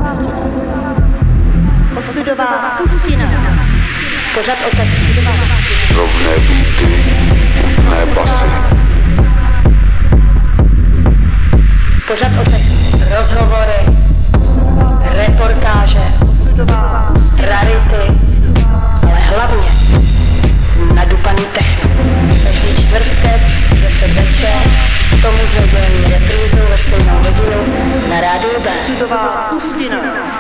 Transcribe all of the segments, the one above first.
Osudová pustina. Pořad o tak osudová pustina. Rovné beaty, ne basy. Pořad o tak rozhovory, reportáže, rarity, ale hlavně nadupaný techno. Každý čtvrtek, 10 večer, k tomu s nedělní reprízou ve stejnou hodinu na rádiu B. Osudová pustina.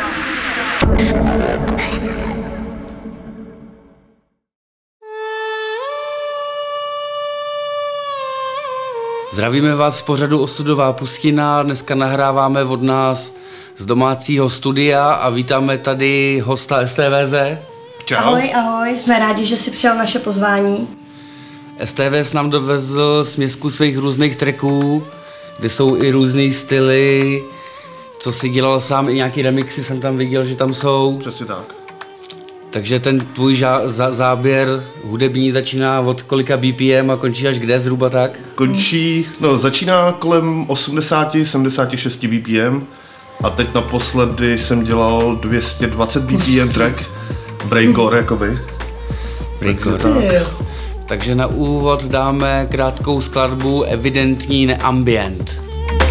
Zdravíme vás z pořadu Osudová pustina, dneska nahráváme od nás z domácího studia a vítáme tady hosta STVZ. Čau. Ahoj, jsme rádi, že jsi přijal naše pozvání. STVZ nám dovezl směsku svých různých tracků, kde jsou i různý styly, co si dělal sám, i nějaký remixy jsem tam viděl, že tam jsou. Přesně tak. Takže ten tvůj záběr hudební začíná od kolika BPM a končí až kde zhruba tak? Začíná kolem 80-76 BPM a teď naposledy jsem dělal 220 BPM track, breakcore jakoby. Breakcore. Takže na úvod dáme krátkou skladbu Evidentní neambient.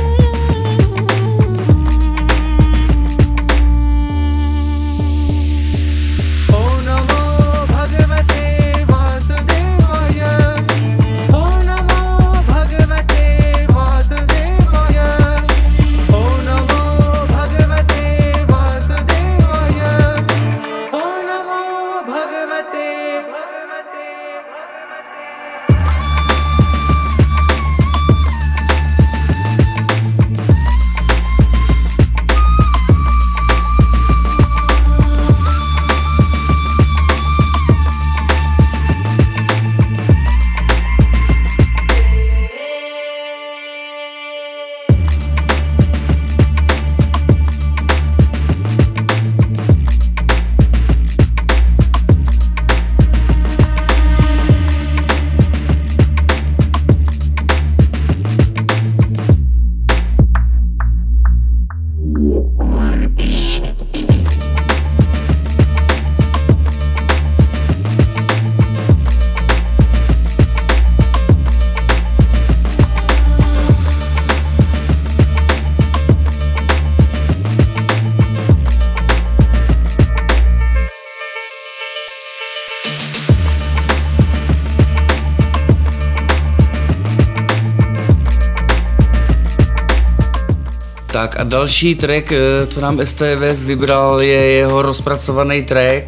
Tak a další track, co nám STVZ vybral, je jeho rozpracovaný track.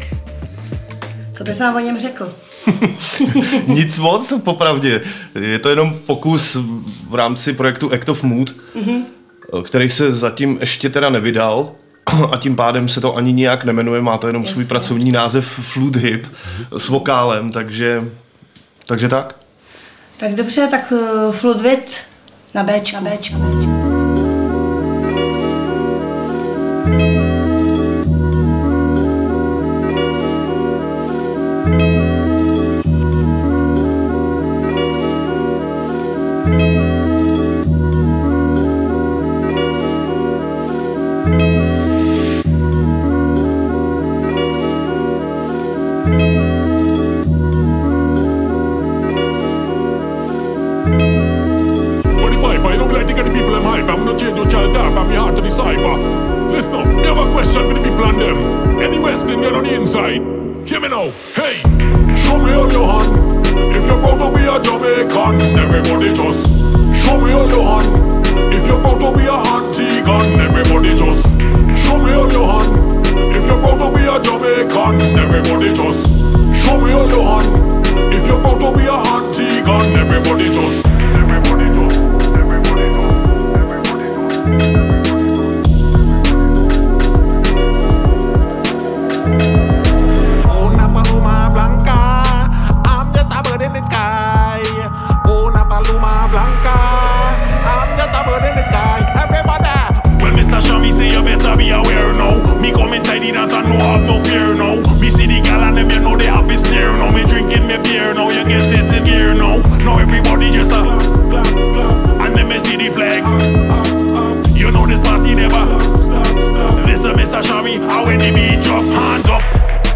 Co bys nám o něm řekl? Nic moc, popravdě. Je to jenom pokus v rámci projektu Act of Mood, který se zatím ještě teda nevydal a tím pádem se to ani nijak nemenuje, má to jenom svůj pracovní název Flood Hip s vokálem, takže tak. Tak dobře, tak Floodwit na Bčku. Me see the gal and them, you know they have this steer now. Me drinking me beer now, you get it in gear now. Now follow me. And when the beat drop, hands up.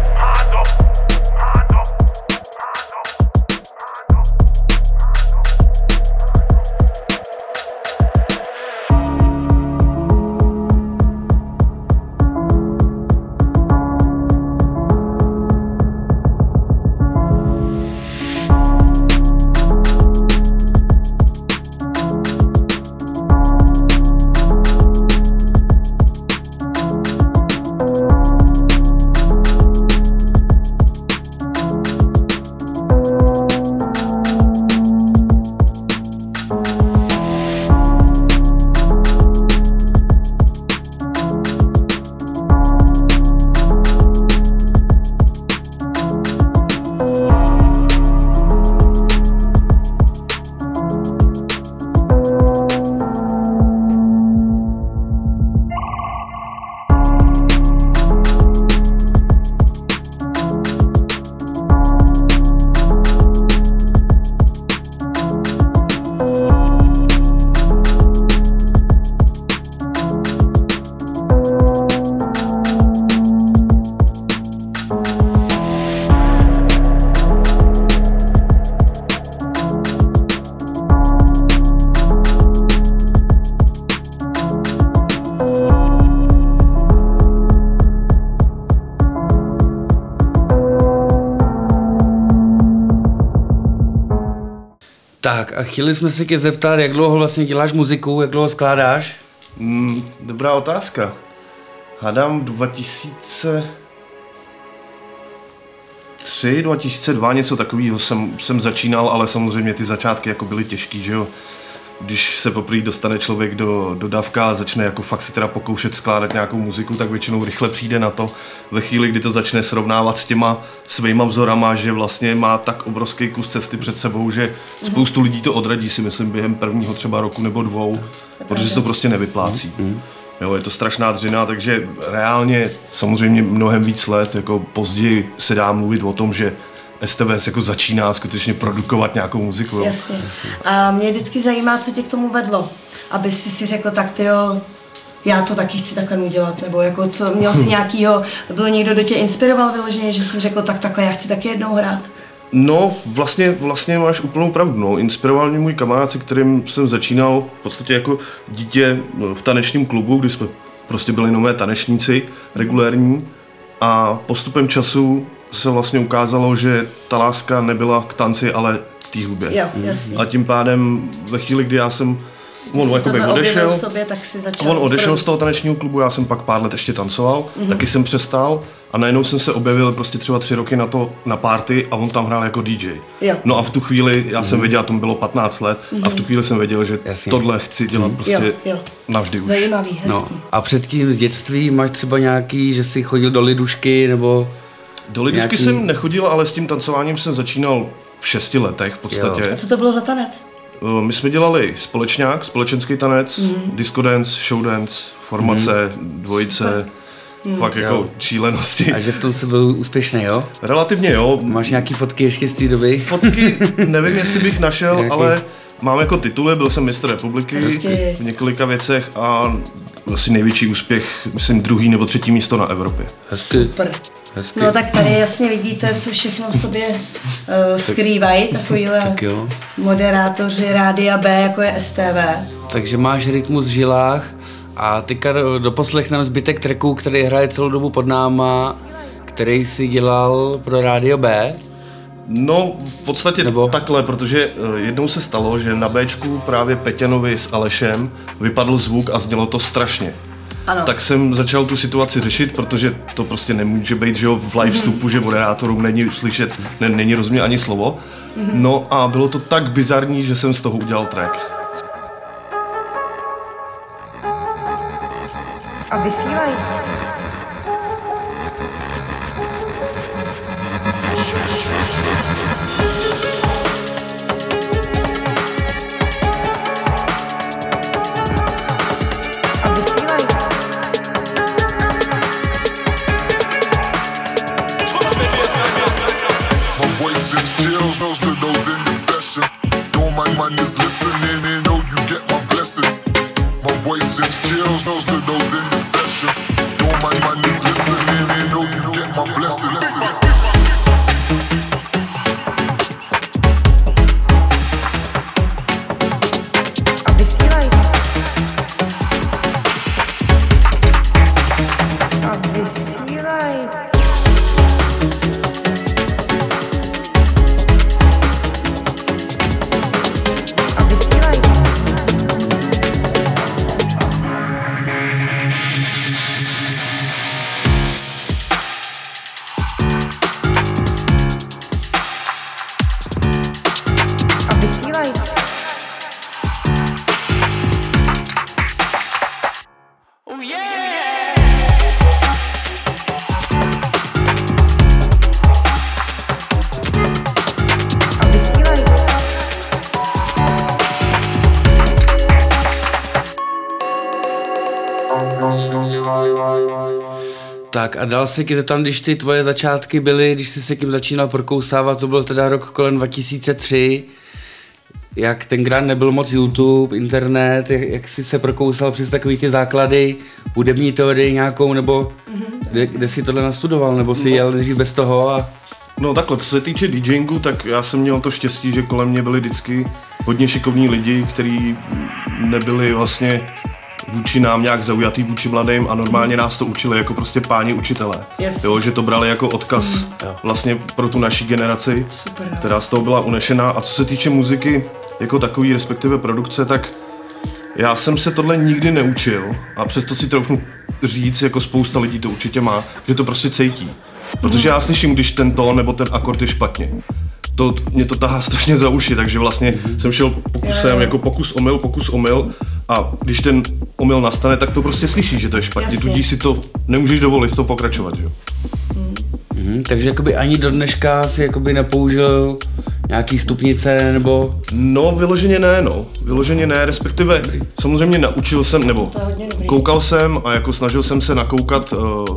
Tak a chtěli jsme se tě zeptat, jak dlouho vlastně děláš muziku, jak dlouho skládáš? Dobrá otázka. Hádám 2003, 2002, něco takového jsem začínal, ale samozřejmě ty začátky jako byly těžký, že jo. Když se poprvé dostane člověk do dávka a začne jako fakt si teda pokoušet skládat nějakou muziku, tak většinou rychle přijde na to ve chvíli, kdy to začne srovnávat s těma svýma vzorama, že vlastně má tak obrovský kus cesty před sebou, že spoustu lidí to odradí, si myslím, během prvního třeba roku nebo dvou, protože se to prostě nevyplácí. Jo, je to strašná dřina, takže reálně samozřejmě mnohem víc let, jako později se dá mluvit o tom, že STVS jako začíná skutečně produkovat nějakou muziku. Jasně. A mě vždycky zajímá, co tě k tomu vedlo, aby si řekl, tak tyjo, já to taky chci takhle udělat, nebo jako co, měl jsi nějakýho, byl někdo, kdo tě inspiroval vyloženě, že jsi řekl, tak takhle já chci taky jednou hrát? No, vlastně máš úplnou pravdu, no. Inspiroval mě můj kamarád, se kterým jsem začínal v podstatě jako dítě v tanečním klubu, kdy jsme prostě byli nové tanečníci, regulérní, a postupem času se vlastně ukázalo, že ta láska nebyla k tanci, ale k té hudbě. Jo, jasně. A tím pádem ve chvíli, kdy já jsem on odešel z toho tanečního klubu, já jsem pak pár let ještě tancoval, taky jsem přestal a najednou jsem se objevil prostě třeba 3 roky na party a on tam hrál jako DJ. Jo. No a v tu chvíli, já jsem věděl, tomu bylo 15 let a v tu chvíli jsem věděl, že tohle chci dělat prostě navždy už. Zajímavý, hezký. No. A předtím z dětství máš třeba nějaký, že jsi chodil do lidušky nebo... Do lidušky jsem nechodil, ale s tím tancováním jsem začínal v 6 letech v podstatě. A co to bylo za tanec? My jsme dělali společenský tanec, disco dance, show dance, formace, dvojice, fakt jako šílenosti. A že v tom se byl úspěšný, jo? Relativně jo. Máš nějaký fotky ještě z té doby? Fotky nevím, jestli bych našel, ale mám jako tituly, byl jsem mistr republiky v několika věcech a asi největší úspěch, myslím 2. nebo 3. místo na Evropě. Hezky. Super. Hezky. No tak tady jasně vidíte, co všechno v sobě skrývají takovýhle moderátoři Rádia B, jako je STV. Takže máš rytmus v žilách a teďka doposlechneme zbytek tracků, který hraje celou dobu pod náma, který si dělal pro Rádio B. No, v podstatě takhle, protože jednou se stalo, že na Bčku právě Peťanovi s Alešem vypadl zvuk a znělo to strašně. Ano. Tak jsem začal tu situaci řešit, protože to prostě nemůže být, že v live vstupu, že moderátorům není slyšet, není rozumět ani slovo. No a bylo to tak bizarní, že jsem z toho udělal track. A vysílají. Voice and skills, those in the session. All my money's A vysílaj. A vysílaj. A vysílaj. A vysílaj. A vysílaj. Tak a dal se ti tam, když ty tvoje začátky byly, když jsi se tím začínal prokousávat, to byl teda rok kolem 2003, jak tenkrát nebyl moc YouTube, internet, jak jsi se prokousal přes takový ty základy, hudební teorii nějakou, nebo kde jsi tohle nastudoval, nebo jsi jel nejdřív bez toho a... No takhle, co se týče DJingu, tak já jsem měl to štěstí, že kolem mě byli vždycky hodně šikovní lidi, kteří nebyli vlastně vůči nám nějak zaujatý vůči mladým a normálně nás to učili jako prostě páni učitelé. Yes. Jo, že to brali jako odkaz vlastně pro tu naší generaci, Super, no. která z toho byla unešená. A co se týče muziky jako takový, respektive produkce, tak já jsem se tohle nikdy neučil a přesto si troufnu říct, jako spousta lidí to určitě má, že to prostě cítí. Protože já slyším, když ten tón nebo ten akord je špatně. Mě to tahá strašně za uši, takže vlastně jsem šel pokusem, jako pokus omyl a když ten omyl nastane, tak to prostě slyšíš, že to je špatně, Jasně. tudíž si to nemůžeš dovolit to pokračovat, že jo. Takže jakoby ani do dneška si jakoby nepoužil nějaký stupnice nebo... No, vyloženě ne, respektive samozřejmě naučil jsem, nebo To je hodně dobrý. koukal jsem a jako snažil jsem se nakoukat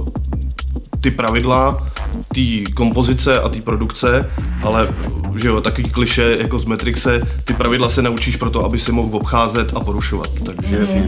ty pravidla, ty kompozice a ty produkce, ale že jo, takový kliše jako z Matrixe, ty pravidla se naučíš proto, aby si mohl obcházet a porušovat, takže...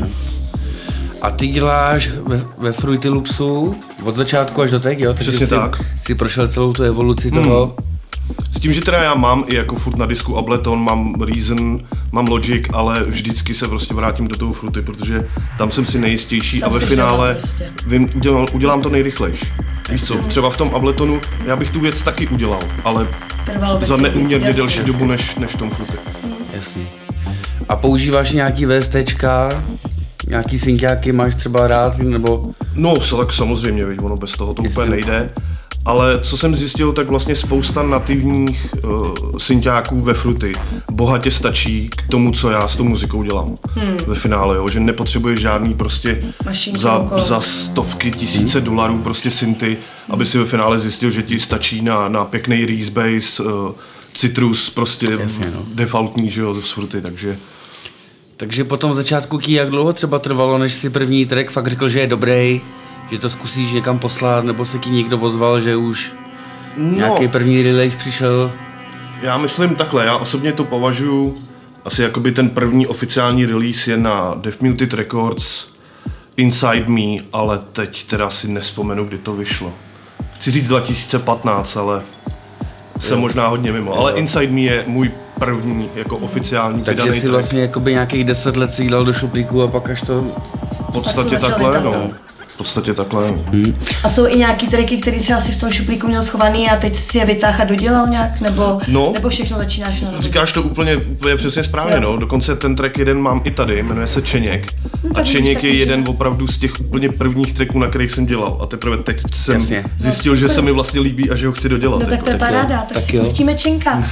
A ty děláš ve Fruity Loopsu od začátku až do teď, jo? Takže Přesně tak. Jsi prošel celou tu evoluci toho. S tím, že teda já mám i jako furt na disku Ableton, mám Reason, mám Logic, ale vždycky se prostě vrátím do toho Fruity, protože tam jsem si nejistější Tam a ve jsi finále doma prostě. udělám to nejrychlejš. Víš co, třeba v tom Abletonu já bych tu věc taky udělal, ale Trvalo by za to. neúměrně Jasně, delší jasně. dobu než v tom Fruity. Jasně. A používáš nějaký VSTčka, nějaký synťáky máš třeba rád, nebo... No, tak samozřejmě, viď, ono bez toho to úplně nejde. Ale co jsem zjistil, tak vlastně spousta nativních synťáků ve Fruity bohatě stačí k tomu, co já s tou muzikou dělám ve finále, jo? Že nepotřebuješ žádný prostě Mašinky za okolo. stovky, tisíce dolarů prostě synty, aby si ve finále zjistil, že ti stačí na pěkný Reese Bass, Citrus, prostě Jasně, no. defaultní, že jo, z Fruity, takže... Takže potom v začátku jak dlouho třeba trvalo, než si první track fakt řekl, že je dobrý, že to zkusíš někam poslat, nebo se ti někdo ozval, že už nějaký první release přišel? Já myslím takhle, já osobně to považuji asi jakoby ten první oficiální release je na Deaf Muted Records Inside Me, ale teď teda si nespomenu, kdy to vyšlo. Chci říct 2015, ale jsem možná hodně mimo. Ale Inside Me je můj první jako oficiální Takže vydaný si track. vlastně jakoby nějakých 10 let si dal do šuplíku a pak až to... V podstatě Tak jsou takhle, začaly no. tam. V podstatě takhle, no. A jsou i nějaký triky, který třeba si v tom šuplíku měl schovaný a teď si je vytáhl a dodělal nějak? Nebo všechno začínáš na novo? Říkáš to úplně přesně správně, Jo. no. Dokonce ten track jeden mám i tady, jmenuje se Čeněk. A tak vidíš, Čeněk tak je může- jeden opravdu z těch úplně prvních tracků, na kterých jsem dělal. A teprve teď jsem Jasně. zjistil, No, že super. se mi vlastně líbí a že ho chci dodělat. No tak to je Tak jo, paráda, tak tak si jo. pustíme Čenka.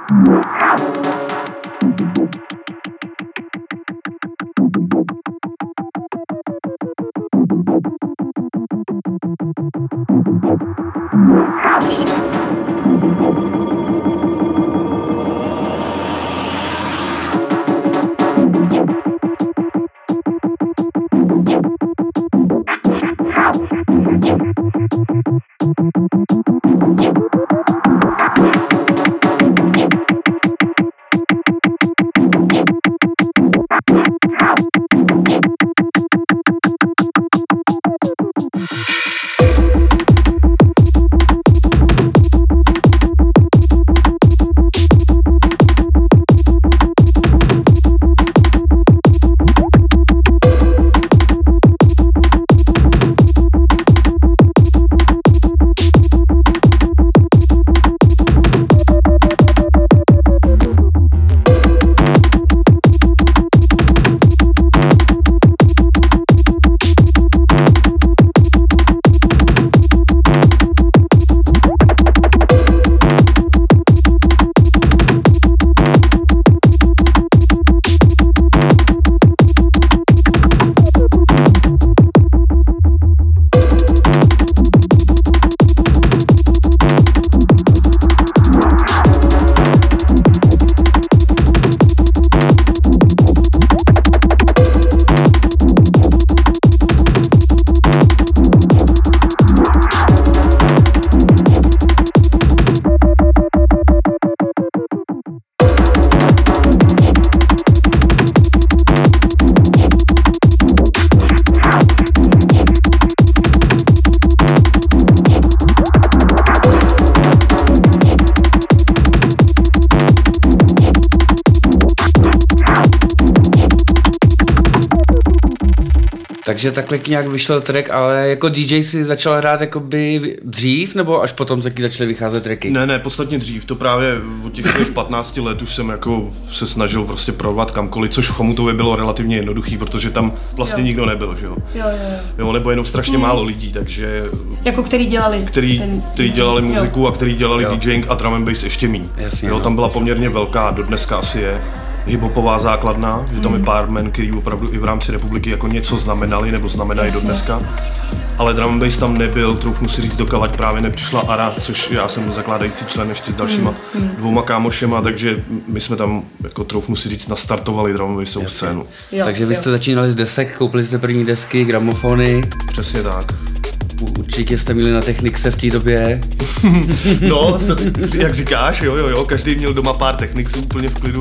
Takže takhle nějak vyšel track, ale jako DJ si začal hrát jakoby dřív, nebo až potom taky začaly vycházet tracky? Ne, podstatně dřív. To právě od těch svých 15 let už jsem jako se snažil prostě prorvat kamkoliv, což v Chomutově bylo relativně jednoduchý, protože tam vlastně nikdo nebyl, že jo? Jo, nebo jenom strašně málo lidí, takže... Jako který dělali? Který dělali muziku a který dělali DJing a drum and bass ještě míň. Jasně, jo, tam byla poměrně velká, dodneska asi je, hiphopová základna, že tam je pár men, který opravdu i v rámci republiky jako něco znamenali nebo znamenají do dneska. Ale drum and bass tam nebyl, troufnu si říct, dokavať právě nepřišla Ara, což já jsem zakládající člen ještě s dalšíma dvouma kámošema, takže my jsme tam, jako troufnu si říct, nastartovali drum and bassovou scénu. Takže vy jste začínali z desek, koupili jste první desky, gramofony. Přesně tak. Určitě jste měli na Technixe v té době. No, jak říkáš, jo, každý měl doma pár Technixů úplně v klidu.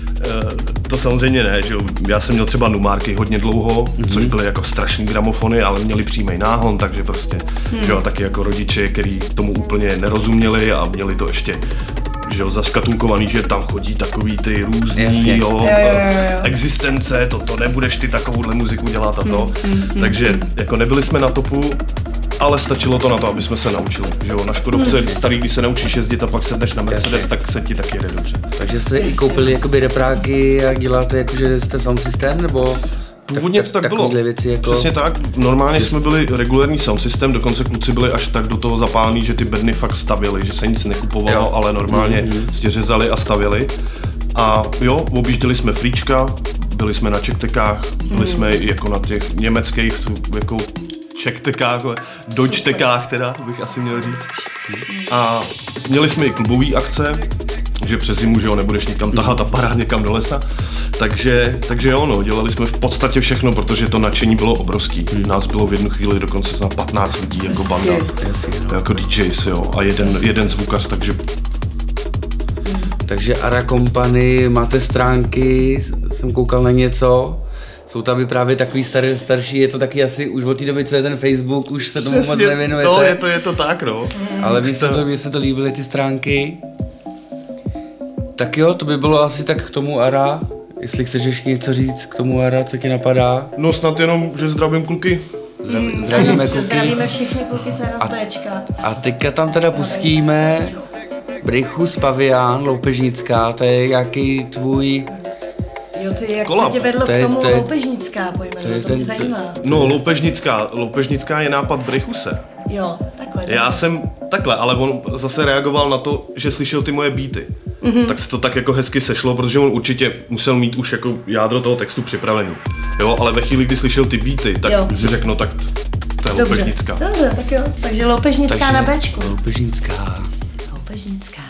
To samozřejmě ne, že jo. Já jsem měl třeba Numárky hodně dlouho, což byly jako strašný gramofony, ale měli přímý náhon, takže prostě, že jo, taky jako rodiče, kteří tomu úplně nerozuměli a měli to ještě, že jo, zaškatulkovaný, že tam chodí takový ty různý, jo, existence, to nebudeš ty takovouhle muziku dělat a to. Takže jako nebyli jsme na topu, ale stačilo to na to, aby jsme se naučili, že jo, na Škodovce starý, když se naučíš jezdit a pak sedneš na Mercedes, tak se ti taky jede dobře. Takže jste i koupili jakoby repráky a děláte jakože jste sound systém, nebo? Původně to tak bylo, věci jako... přesně tak, normálně jsme byli regulární sound systém, dokonce kluci byli až tak do toho zapálení, že ty bedny fakt stavěli, že se nic nekupovalo, ale normálně si řezali a stavěli. A jo, objížděli jsme Flíčka, byli jsme na Čektekách, byli jsme jako na těch německých, jako Čektekách, Deutschtekách teda, bych asi měl říct. A měli jsme i klubové akce, že přes zimu, že jo, nebudeš nikam tahat a parát někam do lesa. Takže jo, no, dělali jsme v podstatě všechno, protože to nadšení bylo obrovský. Nás bylo v jednu chvíli dokonce na 15 lidí jako banda, jako DJs, jo, a jeden zvukař, Takže Ara Company, máte stránky, jsem koukal na něco. Jsou tam i právě takový starší, je to taky asi už od té doby, co je ten Facebook, už se tomu moc nevěnujete. No, je to tak, no. Ale mně se to líbily ty stránky. Tak jo, to by bylo asi tak k tomu Ara. Jestli chceš ještě něco říct k tomu Ara, co ti napadá? No snad jenom, že zdravím kluky. Zdravíme kluky. Zdravíme všechny kluky z RSBčka. A teďka tam teda pustíme Brychus Pavián, Loupežnická, to je jaký tvůj... Jo, ty, jak Kolab. tě vedlo To je- k tomu to je- Loupežnická pojmenovat, to mě zajímá. No, Loupežnická je nápad Brychuse. Jo, takhle. Já jsem takhle, ale on zase reagoval na to, že slyšel ty moje beaty. tak se to tak jako hezky sešlo, protože on určitě musel mít už jako jádro toho textu připravený. Jo, ale ve chvíli, kdy slyšel ty beaty, tak si řekl, no tak to je loupežnická. Dobře, tak jo. Takže loupežnická na Bčku. Loupežnická. Loupežnická.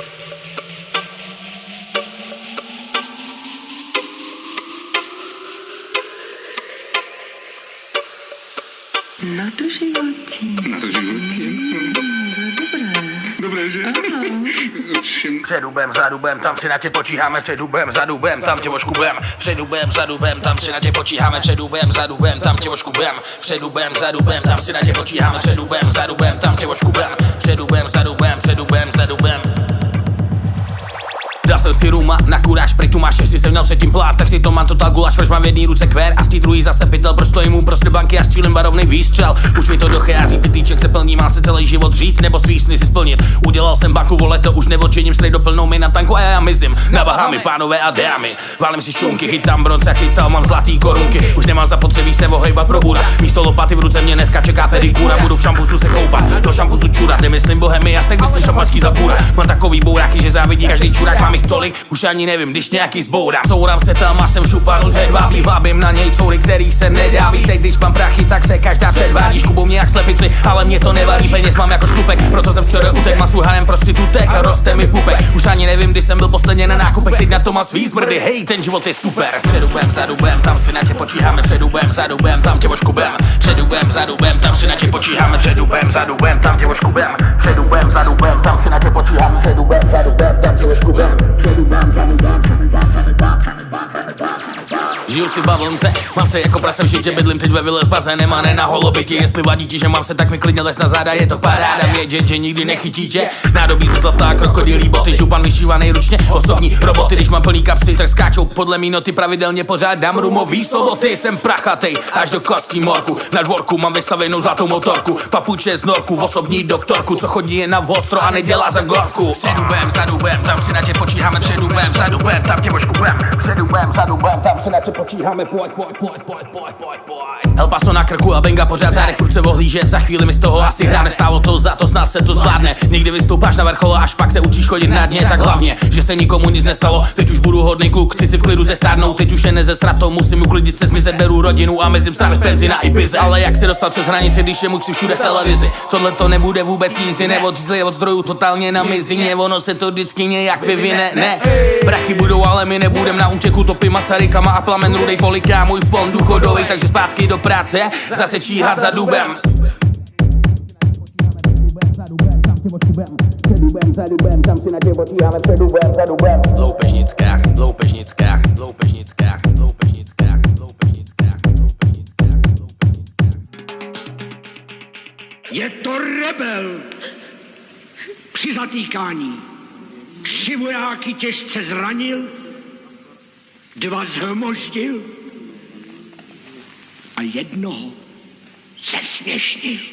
Na to životí. Dobré, že? Před dubem, za dubem, tam si na tě počíháme, před dubem, za dubem, tam tě oškubem. Před dubem, za dubem, tam si na tě počíháme, před dubem, za dubem, tam tě oškubem. Před dubem, za dubem, tam si na tě počíháme, před dubem, za dubem, tam tě oškubem. Před dubem, za dubem, před dubem, za dubem. Dal jsem si ruma, na kuráž, prej tu máš, jestli jsem měl předtím plát, tak si to mám total guláš, proč mám v jedný ruce kvér a v té druhý zase pytel, proč stojím mu prostě banky a střílím barovný výstřel. Už mi to dochází, pytlíček se plní, má se celý život žít, nebo svý sny si splnit. Udělal jsem banku, vole, to už neodčiním, strejk doplnou mi na tanku a já mizím. Na Bahamy, pánové a dámy, válím si šunky, chytám bronz a chytal, mám zlatý korunky. Už nemám zapotřebí se ohejbat pro bura, místo lopaty v ruce mě dneska čeká pedikura, budu v šampusu se koupat, do šampusu čurat, nemyslím bohemy, já se myslím šampačský zabůra. Mám takový bouráky, že závidí každý čurák, mám jich tolik, už ani nevím, když nějaký zbourám. Sourám se tam a jsem v šupanu z hedvábí, vábím na něj coury, který se nedáví. Teď když mám prachy, tak se každá předvádí. Škubou mě jak slepici, ale mě to nevadí, peněz mám jako šlupek, proto jsem včera utek, mám svůj harem prostitutek a roste mi pupek. Už ani nevím, když jsem byl posledně na nákupech, teď na to mám svý zbrdy, hej, ten život je super. Před dubem, za dubem, tam si na tě počíháme, před dubem, za dubem, tam tě oškubem. Před dubem, za dubem, tam si na tě počíháme, před dubem, za dubem, tam tě oškubem. Před dubem, za dubem, tam si na tě počíháme, před dubem, za dubem, tam tě oškubem. Žiju si v bavlnce, mám se jako prase v žitě, bydlím teď ve vile s bazénem a ne na holobitě. Jestli vadí ti, že mám se, tak mi klidně les na záda, je to paráda vědět, že nikdy nechytí tě. Nádobí se zlatá, krokodýlí boty, župan vyšívaný ručně, osobní roboty. Když mám plný kapsy, tak skáčou podle mý noty, pravidelně pořádám rumový soboty. Jsem prachatej, až do kostí morku, na dvorku mám vystavenou zlatou motorku. Papuče z norku, osobní doktorku, co chodí jen na ostro a nedělá za gorku. Před dubem, za dubem, tam si na tě počíháme, před dubem, za dubem, tam tě oškubem. Před dubem, za dubem, tam si na tě počíháme, pojď. El Paso na krku a benga pořád zádech, furt se ohlížet, za chvíli mi z toho asi hra, nestálo to za to, snad se to zvládne. Někdy vystoupáš na vrchol, až pak se učíš chodit na dně, tak hlavně, že se nikomu nic nestalo. Teď už budu hodný kluk, chci si v klidu zestárnout, teď už je nezesrato, musím uklidit se, zmizet, beru rodinu a mezím strany benzina i bize. Ale jak se dostat přes hranici, když je mu chci všude v televizi? Tohle to nebude vůbec easy, neodřízli od zdrojů totálně na mizině, ono se to vždycky nějak vyvine, ne. Prachy budou, ale my nebudem na útěku, topím Masarykama a plamen rudej poliká, můj fond důchodový, takže zpátky do práce, zase číhat za dubem. Loupežnická. Je to rebel při zatýkání. 3 vojáky těžce zranil, 2 zhmoždil a 1 zesměšnil.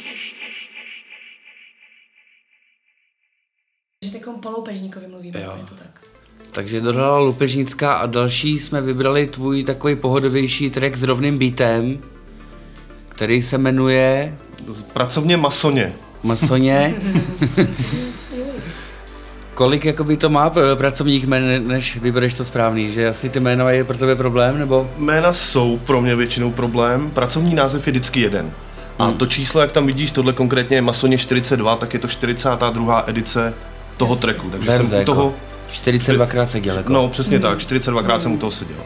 Že takom po loupežníkovi mluvíme, je to tak. Takže dohrala Loupežnická a další jsme vybrali tvůj takový pohodovější track s rovným beatem, který se jmenuje... Pracovně Masoně. Masoně. Kolik jakoby to má pracovních jmen, než vybereš to správný, že asi ty jména je pro tebe problém, nebo? Jména jsou pro mě většinou problém, pracovní název je vždycky jeden. A to číslo, jak tam vidíš, tohle konkrétně je Masoně 42, tak je to 42. edice toho tracku, takže verze, jsem u toho... 42krát seděl jako. No, přesně tak, 42krát jsem u toho seděl.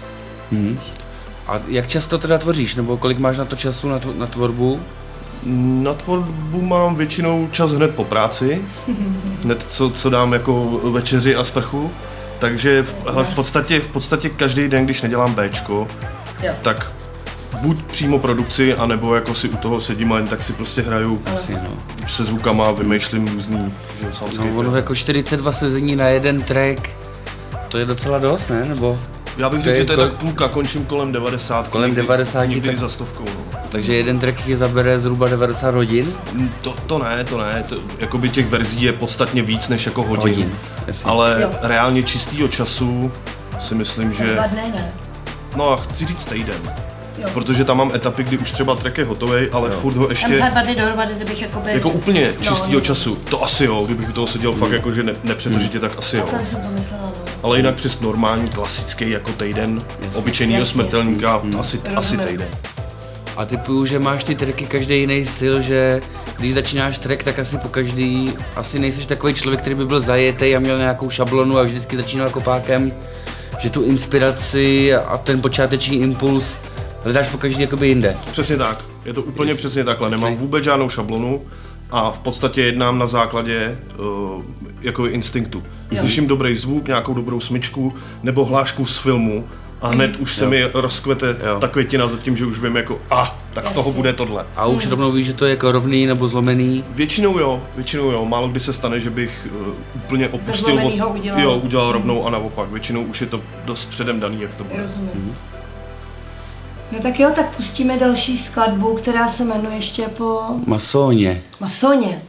A jak často teda tvoříš, nebo kolik máš na to času, na tvorbu? Na tvorbu mám většinou čas hned po práci, hned co dám jako večeři a sprchu, takže v podstatě každý den, když nedělám Bčko, tak buď přímo produkci, anebo jako si u toho sedím a jen tak si prostě hraju se zvukama, vymýšlím různý soundscape. No ono jako 42 sezení na jeden track, to je docela dost, ne? Nebo... Já bych řekl, že to je tak půlka, končím kolem 90. Kolem 90. Někdy za 100. No. Takže jeden track je zabere zhruba 90 hodin? To ne. Jakoby těch verzí je podstatně víc než jako hodin. Ale reálně čistýho času si myslím, že... 2 dny, ne? No a chci říct týden. Jo. Protože tam mám etapy, kdy už třeba track je hotovej, ale furt ho Tam ještě... za 2 dny dohromady, kdybych jakoby... Jako úplně čistýho času, to asi jo, kdybych u toho seděl fakt jako, že nepřetržitě, tak asi jo. Takhle jsem to myslela, no. Ale jinak přes normální, klasický jako týden, obyčejnýho Jasně. smrtelníka, asi Rozumím. týden. A typuju, že máš ty tracky každý jiný styl, že když začínáš track, tak asi po každý, asi nejseš takový člověk, který by byl zajetý a měl nějakou šablonu a vždycky začínal kopákem, že tu inspiraci a ten počáteční impuls hledáš po každý jakoby jinde. Přesně tak, je to úplně přesně takhle, nemám vůbec žádnou šablonu a v podstatě jednám na základě jako instinktu. Slyším dobrý zvuk, nějakou dobrou smyčku nebo hlášku z filmu a hned už se mi rozkvete ta květina za tím, že už vím jako tak z toho bude tohle. A už rovnou víš, že to je jako rovný nebo zlomený? Většinou jo, málo kdy se stane, že bych úplně opustil udělal rovnou a naopak, většinou už je to dost předem daný, jak to bude. Rozumím. No tak jo, tak pustíme další skladbu, která se jmenuje ještě po... Masóně. Masóně.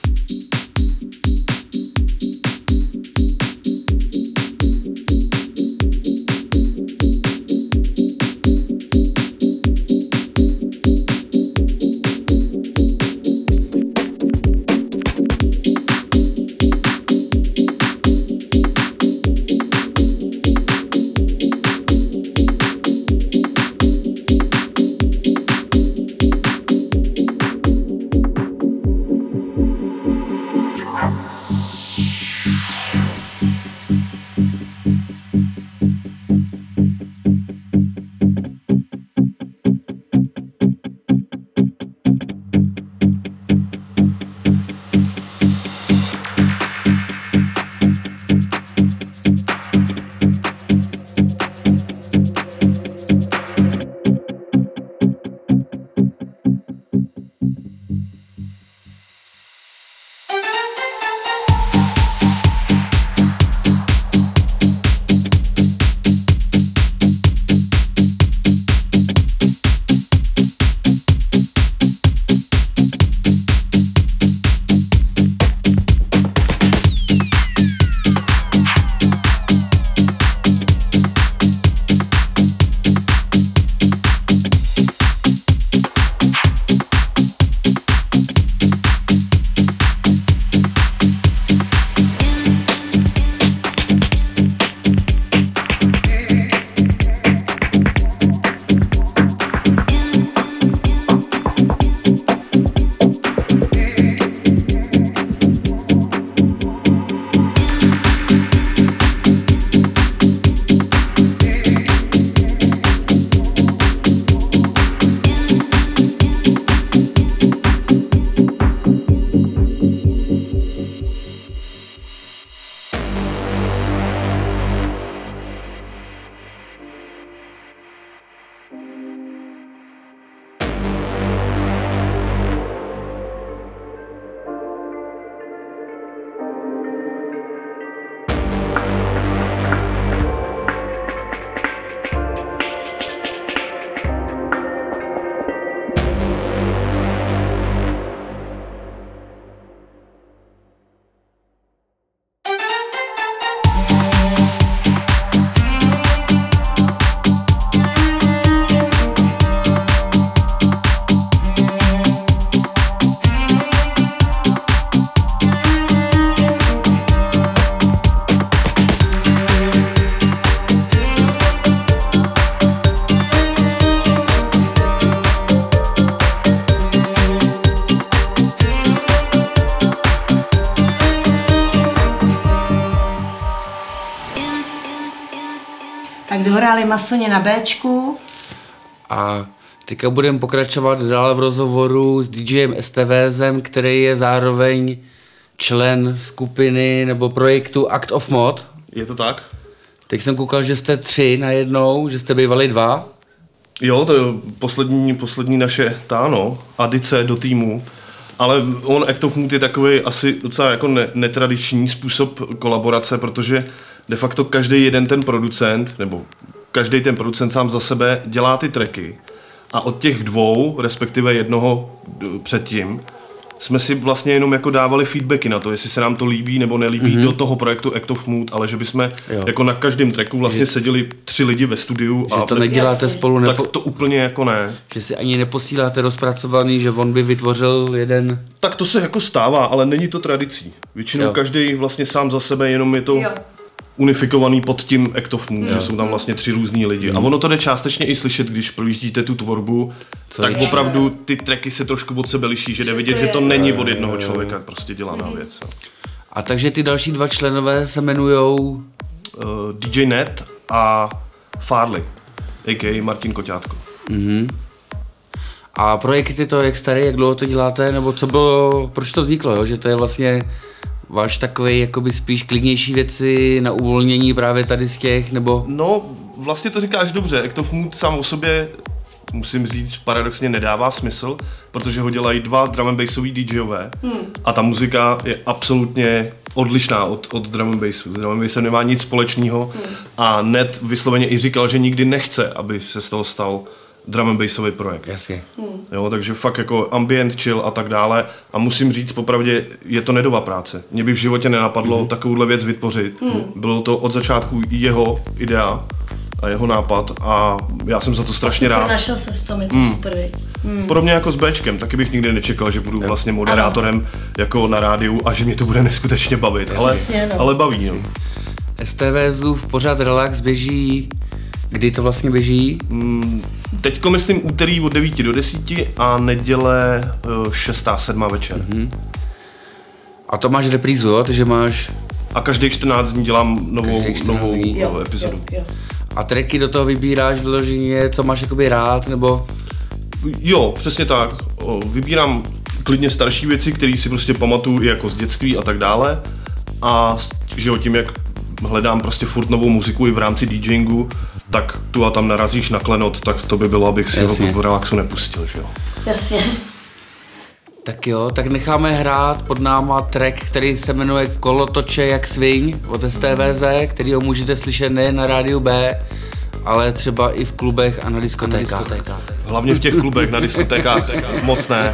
Tak dohráli Masóně na Bčku. A teďka budeme pokračovat dál v rozhovoru s DJem STVzem, který je zároveň člen skupiny nebo projektu Act of Mod. Je to tak? Teď jsem koukal, že jste 3 najednou, že jste bývali 2. Jo, to je poslední naše adice do týmu. Ale Act of Mood je takový asi docela jako netradiční způsob kolaborace, protože de facto každý jeden ten producent, nebo každý ten producent sám za sebe dělá ty tracky. A od těch 2, respektive jednoho předtím, jsme si vlastně jenom jako dávali feedbacky na to, jestli se nám to líbí nebo nelíbí do toho projektu Act of Mood, ale že bychom jako na každém tracku vlastně seděli 3 lidi ve studiu že to neděláte spolu, tak to úplně jako ne. Že si ani neposíláte rozpracovaný, že on by vytvořil jeden... Tak to se jako stává, ale není to tradicí. Většinou každý vlastně sám za sebe, jenom je to unifikovaný pod tím Act of Mood, že jsou tam vlastně 3 různý lidi. A ono to jde částečně i slyšet, když projíždíte tu tvorbu, tak opravdu ty tracky se trošku od sebe liší, že jde vidět, že to není od jednoho člověka, prostě dělaná věc. A takže ty další 2 členové se jmenujou... DJ Net a Farley, a.k.a. Martin Koťátko. A projekt je to jak starý, jak dlouho to děláte, nebo co bylo, proč to vzniklo, jo? Že to je vlastně váš takovej jakoby spíš klidnější věci na uvolnění právě tady z těch, nebo... No, vlastně to říkáš dobře, Act of Mood sám o sobě, musím říct, paradoxně nedává smysl, protože ho dělají 2 drum and bassový DJové a ta muzika je absolutně odlišná od drum and bassu. S drum and bassem nemá nic společného a Net vysloveně i říkal, že nikdy nechce, aby se z toho stal drum and bassový projekt. Jasně. Jo, takže fakt jako ambient, chill a tak dále a musím říct popravdě, je to Nedova práce. Mě by v životě nenapadlo takovouhle věc vytvořit. Bylo to od začátku jeho idea a jeho nápad a já jsem za to strašně rád. Našel se s tom, je to super, viď? Podobně jako s Bčkem, taky bych nikdy nečekal, že budu vlastně moderátorem jako na rádiu a že mě to bude neskutečně bavit, ale baví. Jo. STVZův pořad Relax běží, kdy to vlastně běží? Teďko myslím úterý od 9 do 10 a neděle 6. 7. večer. A to máš reprízu, jo? Takže máš... A každých 14 dní dělám novou epizodu. Jo. A tracky do toho vybíráš vyloženě, co máš jakoby rád, nebo... Jo, přesně tak. Vybírám klidně starší věci, které si prostě pamatuju i jako z dětství a tak dále. A že jo, tím, jak hledám prostě furt novou muziku i v rámci DJingu, tak tu a tam narazíš na klenot, tak to by bylo, abych si ho v relaxu nepustil, že jo. Jasně. Tak jo, tak necháme hrát pod náma track, který se jmenuje Kolotoče jak swing od STVZ, který ho můžete slyšet nejen na rádiu B, ale třeba i v klubech a na diskotékách. Hlavně v těch klubech, na diskotékách moc ne.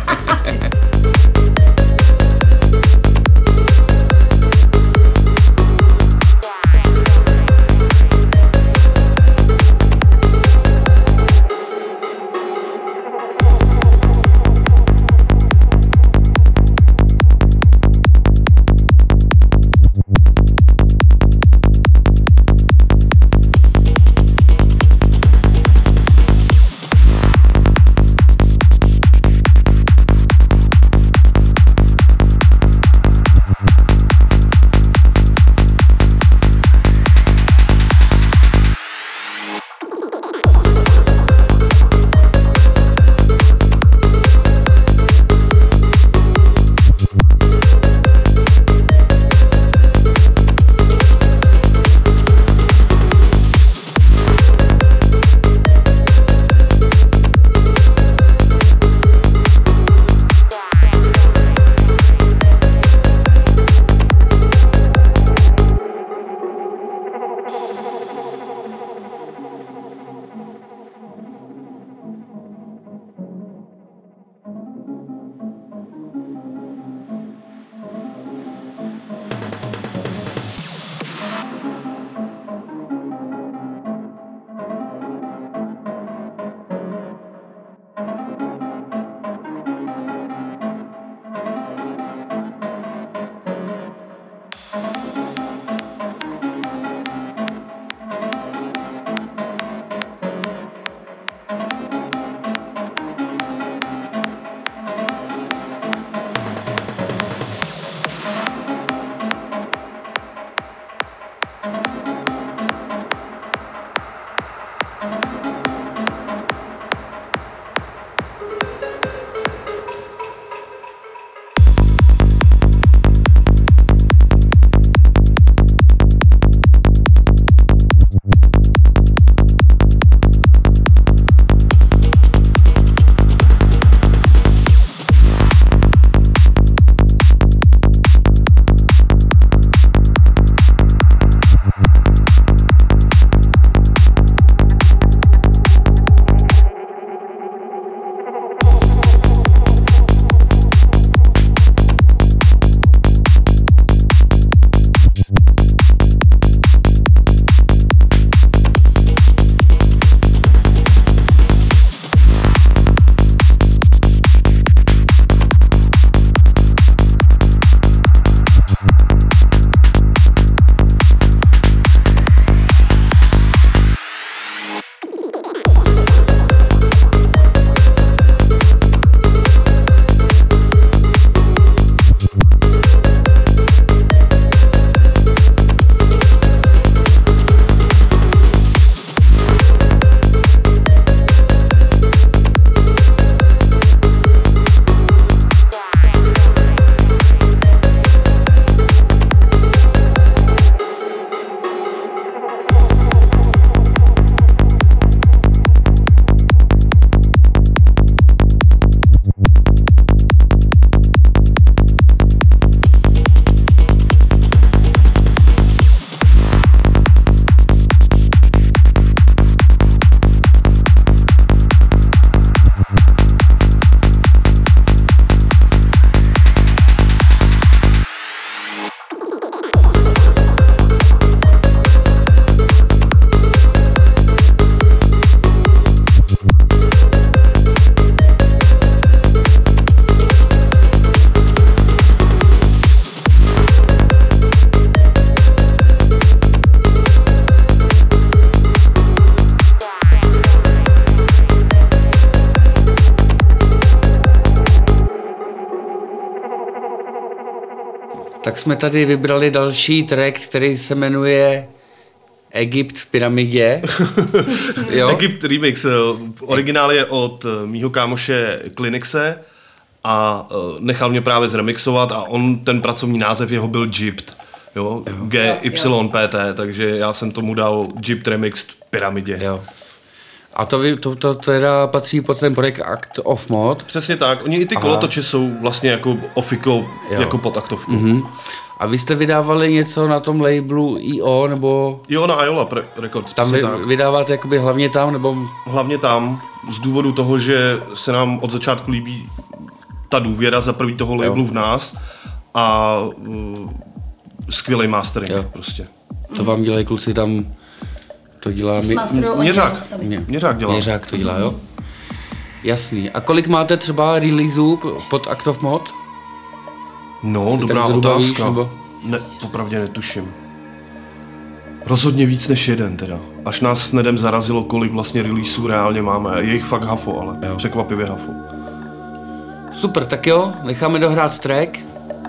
Tak jsme tady vybrali další track, který se jmenuje Egypt v pyramidě. Jo? Egypt remix. Originál je od mýho kámoše Klinixe a nechal mě právě zremixovat a on, ten pracovní název jeho byl Gypt. Jo? GYPT, takže já jsem tomu dal Gypt remix v pyramidě. Jo. A to teda patří pod ten projekt Act of Mod. Přesně tak. Oni i ty kolotoče jsou vlastně jako ofiko, jako pod aktovkou. Mm-hmm. A vy jste vydávali něco na tom labelu IO, nebo... Jo, na Iola Records. Tam vydáváte jakoby hlavně tam, nebo... Hlavně tam, z důvodu toho, že se nám od začátku líbí ta důvěra za prvý toho labelu v nás a skvělej mastering prostě. To vám dělají kluci tam... To dělá Měřák dělá. Měřák to dělá, jo? Jasný. A kolik máte třeba releaseů pod Act of Mod? No, dobrá otázka. Nebo? Ne, popravdě netuším. Rozhodně víc než jeden teda. Až nás s Nedem zarazilo, kolik vlastně releaseů reálně máme. Je jich fakt hafo, ale překvapivě hafo. Super, tak jo, necháme dohrát track.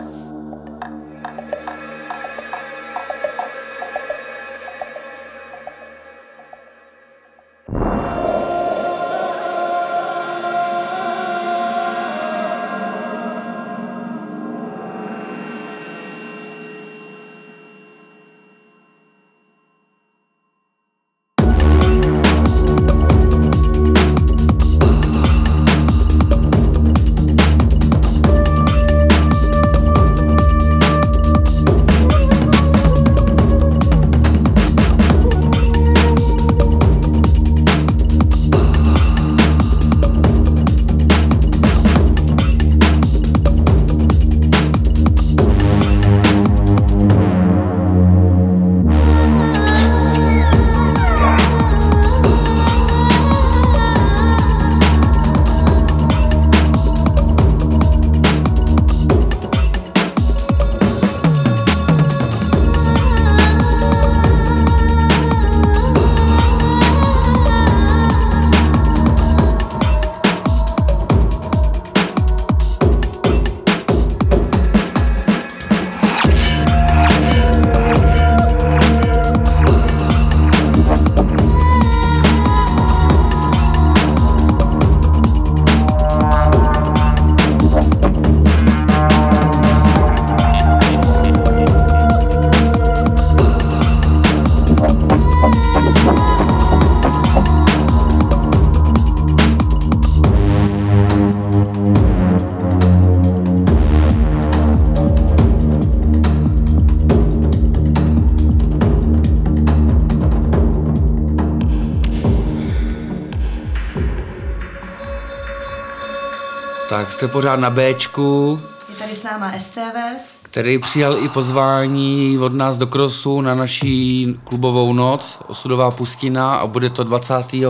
Tak jste pořád na Bčku. Je tady s náma STV, který přijal i pozvání od nás do Crossu na naší klubovou noc, Osudová pustina, a bude to 25.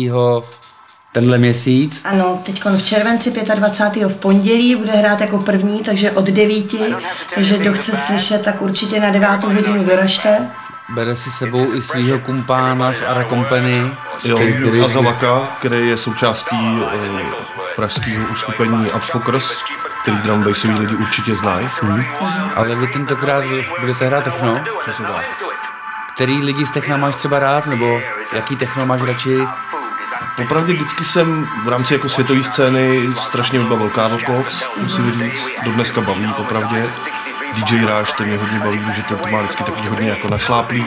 tenhle měsíc. Ano, teď v červenci 25. v pondělí bude hrát jako první, takže od 9, takže kdo chce slyšet, tak určitě na 9 hodinu doražte. Bere si sebou i svýho kumpána z Ara Company. Azalaka, který je součástí pražského uskupení Upfokers, který drum bassový lidi určitě znají. Ale vy tentokrát budete hrát techno? Přesně tak. Který lidi z techna máš třeba rád, nebo jaký techno máš radši? Popravdě vždycky jsem v rámci jako světové scény strašně bavil Karl Cox, musím říct, dodneska baví popravdě. DJ Rush, ten mě hodně baví, že to má vždycky taky hodně jako našláplý.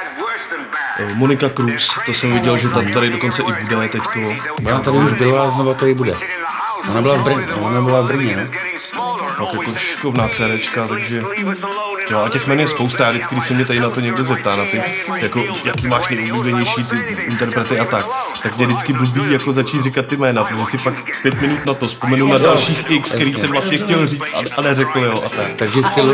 Monika Cruz, to jsem viděl, že tady dokonce i bude teďko. Ona tady už byla a znova tady bude. Ona byla v Brně, ne? Tak jako šikovná CDčka, takže... Jo, a těch jmen je spousta, já vždycky, když se mě tady na to někdo zeptá, na ty, jako, jaký máš nejoblíbenější ty interprety a tak mě vždycky blbý jako začít říkat ty jména, protože si pak 5 minut na to vzpomenu na dalších X, který jsem vlastně chtěl říct a neřekl, jo, a tak. Takže styl...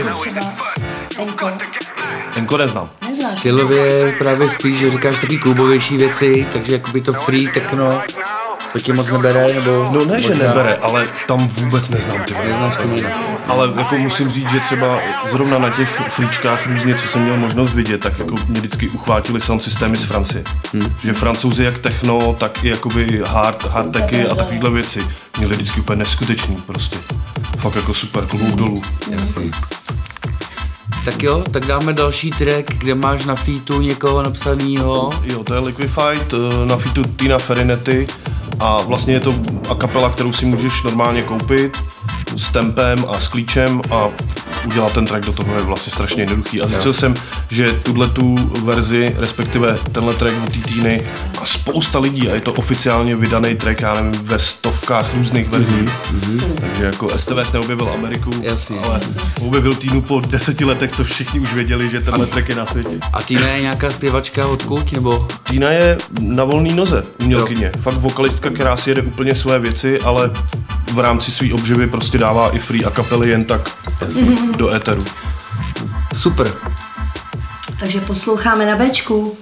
Enko neznám. Stylově právě spíš, že říkáš taky klubovější věci, takže jakoby to free techno, to ti moc nebere, nebo... No ne, že nebere, ale tam vůbec neznám ty jména. Neznáš ty jména. Ale jako musím říct, že třeba zrovna na těch fríčkách různě, co jsem měl možnost vidět, tak jako mě vždycky uchvátili sound systémy z Francie. Že Francouzi jak techno, tak i jakoby hard techy a takovýhle věci měli vždycky úplně neskutečný prostě. Fakt jako super, klobouk dolů. Jasně. Tak jo, tak dáme další track, kde máš na featu někoho napsanýho. Jo, to je Liquified, na featu Tina Ferinetti a vlastně je to a kapela, kterou si můžeš normálně koupit s tempem a s klíčem a udělat ten track do toho je vlastně strašně jednoduchý. A zjistil jsem, že tuhletu verzi, respektive tenhle track od Tiny a spousta lidí a je to oficiálně vydaný track, já nevím, ve stovkách různých verzí. Takže jako STVS neobjevil Ameriku, ale objevil Tinu po 10 letech, co všichni už věděli, že tenhle track je na světě. A Tina je nějaká zpěvačka odkud, nebo? Tina je na volný noze, umělkyně. Fakt vokalistka, která si jede úplně své věci, ale v rámci své obživy prostě dává i free a kapely jen tak do éteru. Super. Takže posloucháme na Bčku.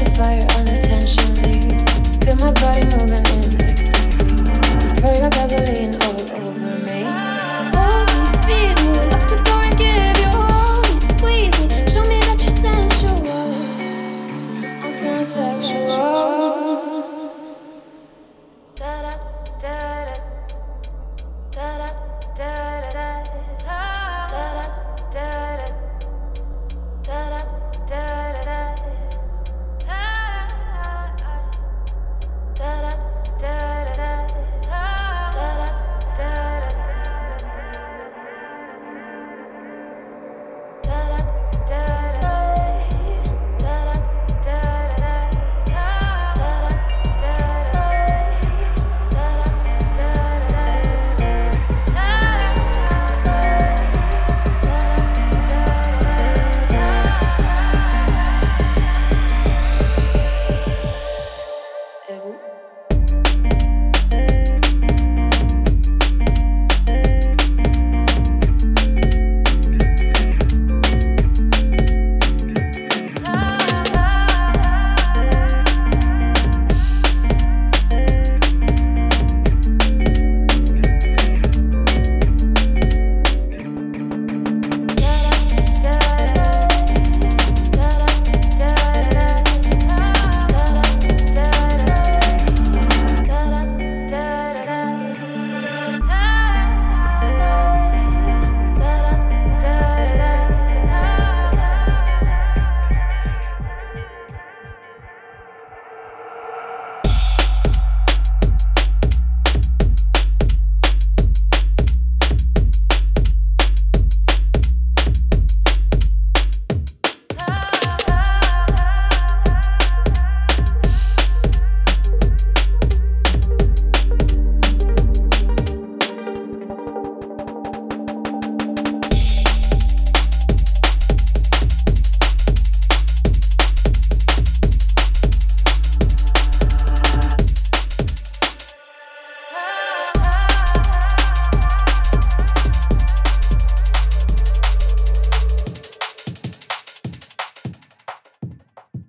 Feel my body moving in ecstasy. For your gasoline.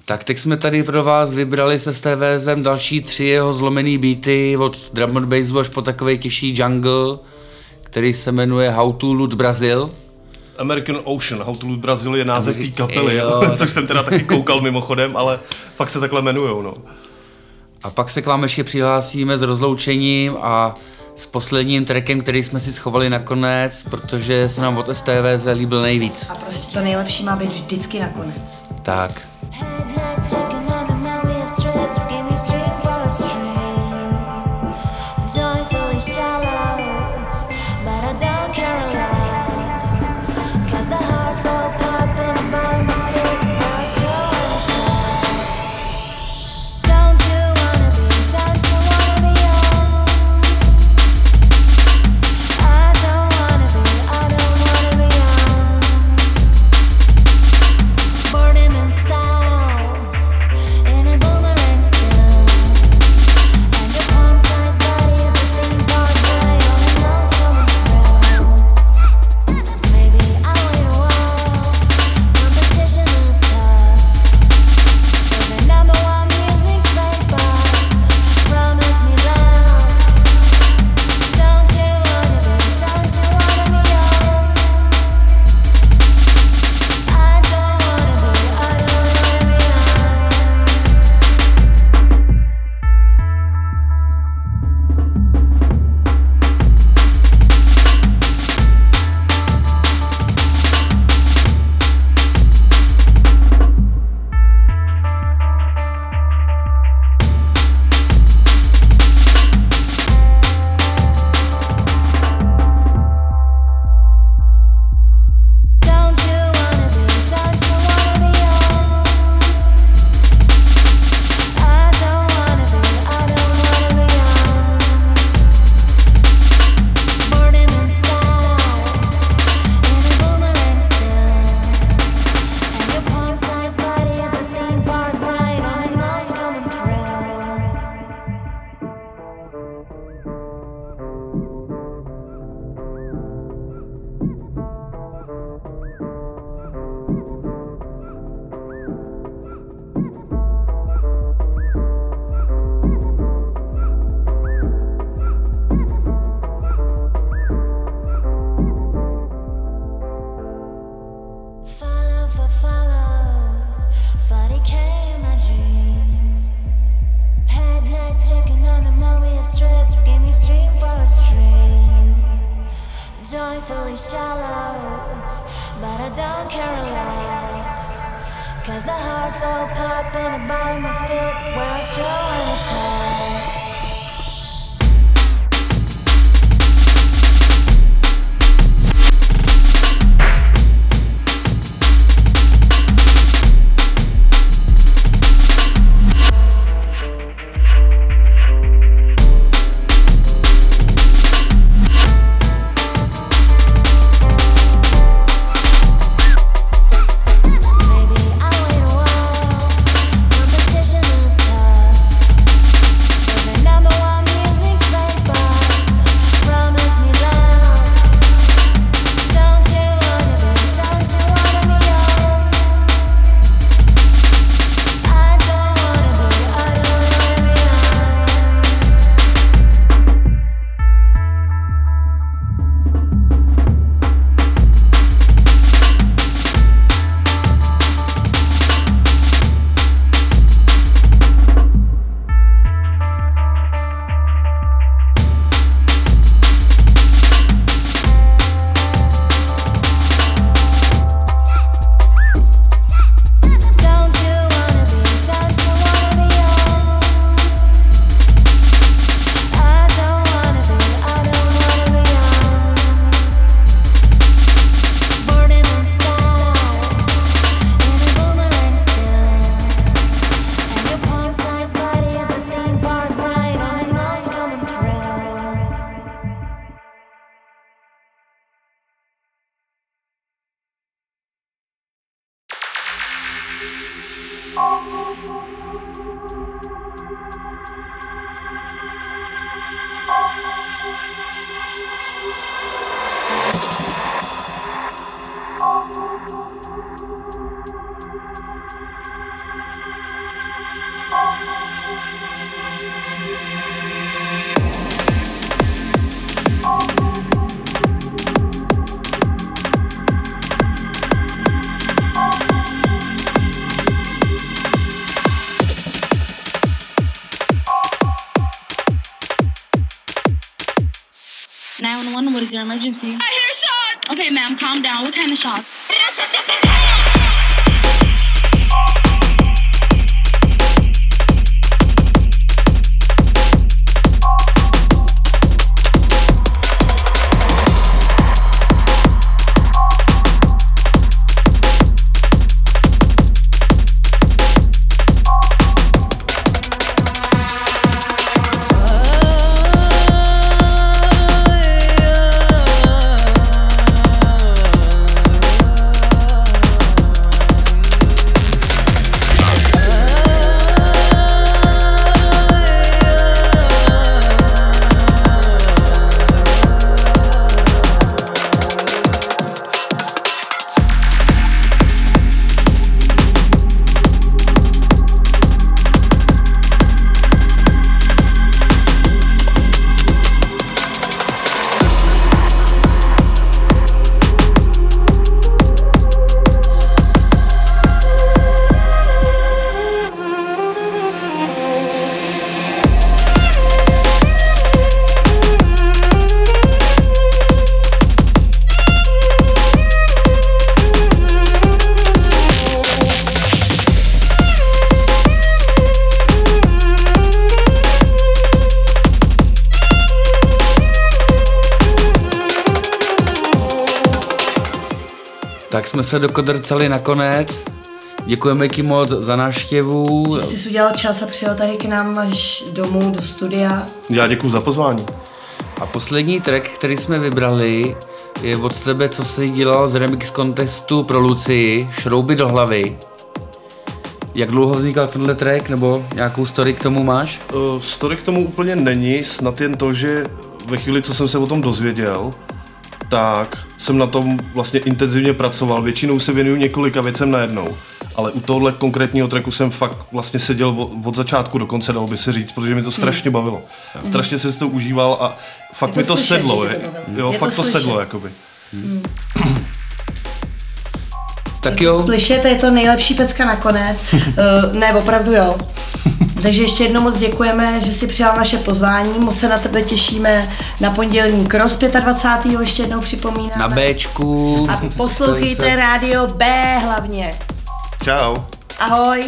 Tak teď jsme tady pro vás vybrali se STVZem další 3 jeho zlomený beaty od drum and bassu až po takovej těžší jungle, který se jmenuje How to Loot Brazil. American Ocean, How to Loot Brazil je název té kapely, což jsem teda taky koukal mimochodem, ale fakt se takhle jmenujou, no. A pak se k vám ještě přihlásíme s rozloučením a s posledním trackem, který jsme si schovali nakonec, protože se nám od STVZ líbil nejvíc. A prostě to nejlepší má být vždycky nakonec. Tak. Joyfully shallow, but I don't care a lot, 'cause the heart's all pop in a bottomless pit where it's showing its heart. Competition is tough, but is there emergency? I hear shots! Okay, ma'am, calm down. What kind of shots? Tak jsme se dokodrcali nakonec. Děkujeme ti moc za návštěvu. Že jsi udělal čas a přijel tady k nám až domů do studia. Já děkuju za pozvání. A poslední track, který jsme vybrali, je od tebe, co jsi dělal z remix contestu pro Lucii, Šrouby do hlavy. Jak dlouho vznikal tenhle track, nebo nějakou story k tomu máš? Story k tomu úplně není, snad jen to, že ve chvíli, co jsem se o tom dozvěděl, tak jsem na tom vlastně intenzivně pracoval. Většinou se věnuju několika věcem najednou, ale u tohohle konkrétního tracku jsem fakt vlastně seděl od začátku do konce, dalo by se říct, protože mi to strašně bavilo. Strašně jsem si to užíval a fakt mi to slyšet, sedlo. Jo, fakt to sedlo, jakoby. Tak jo. Slyšet, je to nejlepší pecka nakonec. Ne, opravdu jo. Takže ještě jednou moc děkujeme, že jsi přijal naše pozvání. Moc se na tebe těšíme na pondělní Cross 25. ještě jednou připomínáme. Na Bčku. A poslouchejte rádio B hlavně. Čau. Ahoj.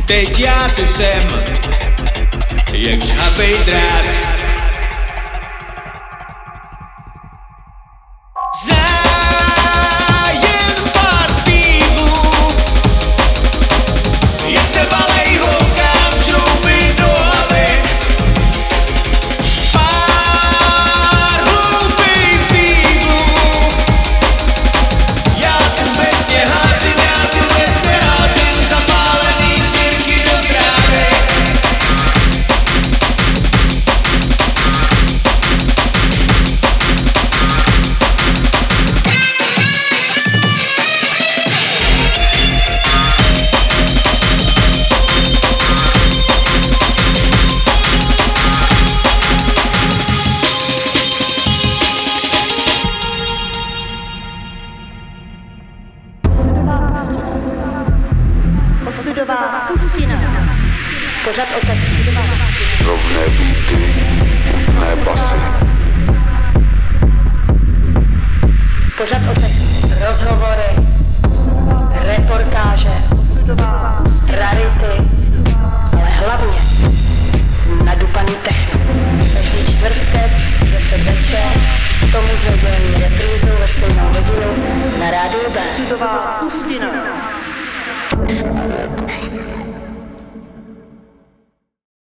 Teď já tu jsem, jak žhavej drát. Znám jen pár týdnů, jak se valej holkám šrouby do hlavy. Pár hloupých týdnů, já tu ve tě házím, já tu ve tě házím, zapálený sírky do trávy. Osudová pustina. Pořad o tak. Rovné beaty, ne basy. Pořad o tak. Rozhovory, reportáže, rarity, ale hlavně nadupaný techno. Každý čtvrtek, 10 večer, k tomu s nedělní reprízou ve stejnou hodinu na rádiu B. Osudová pustina. Rovné pusty.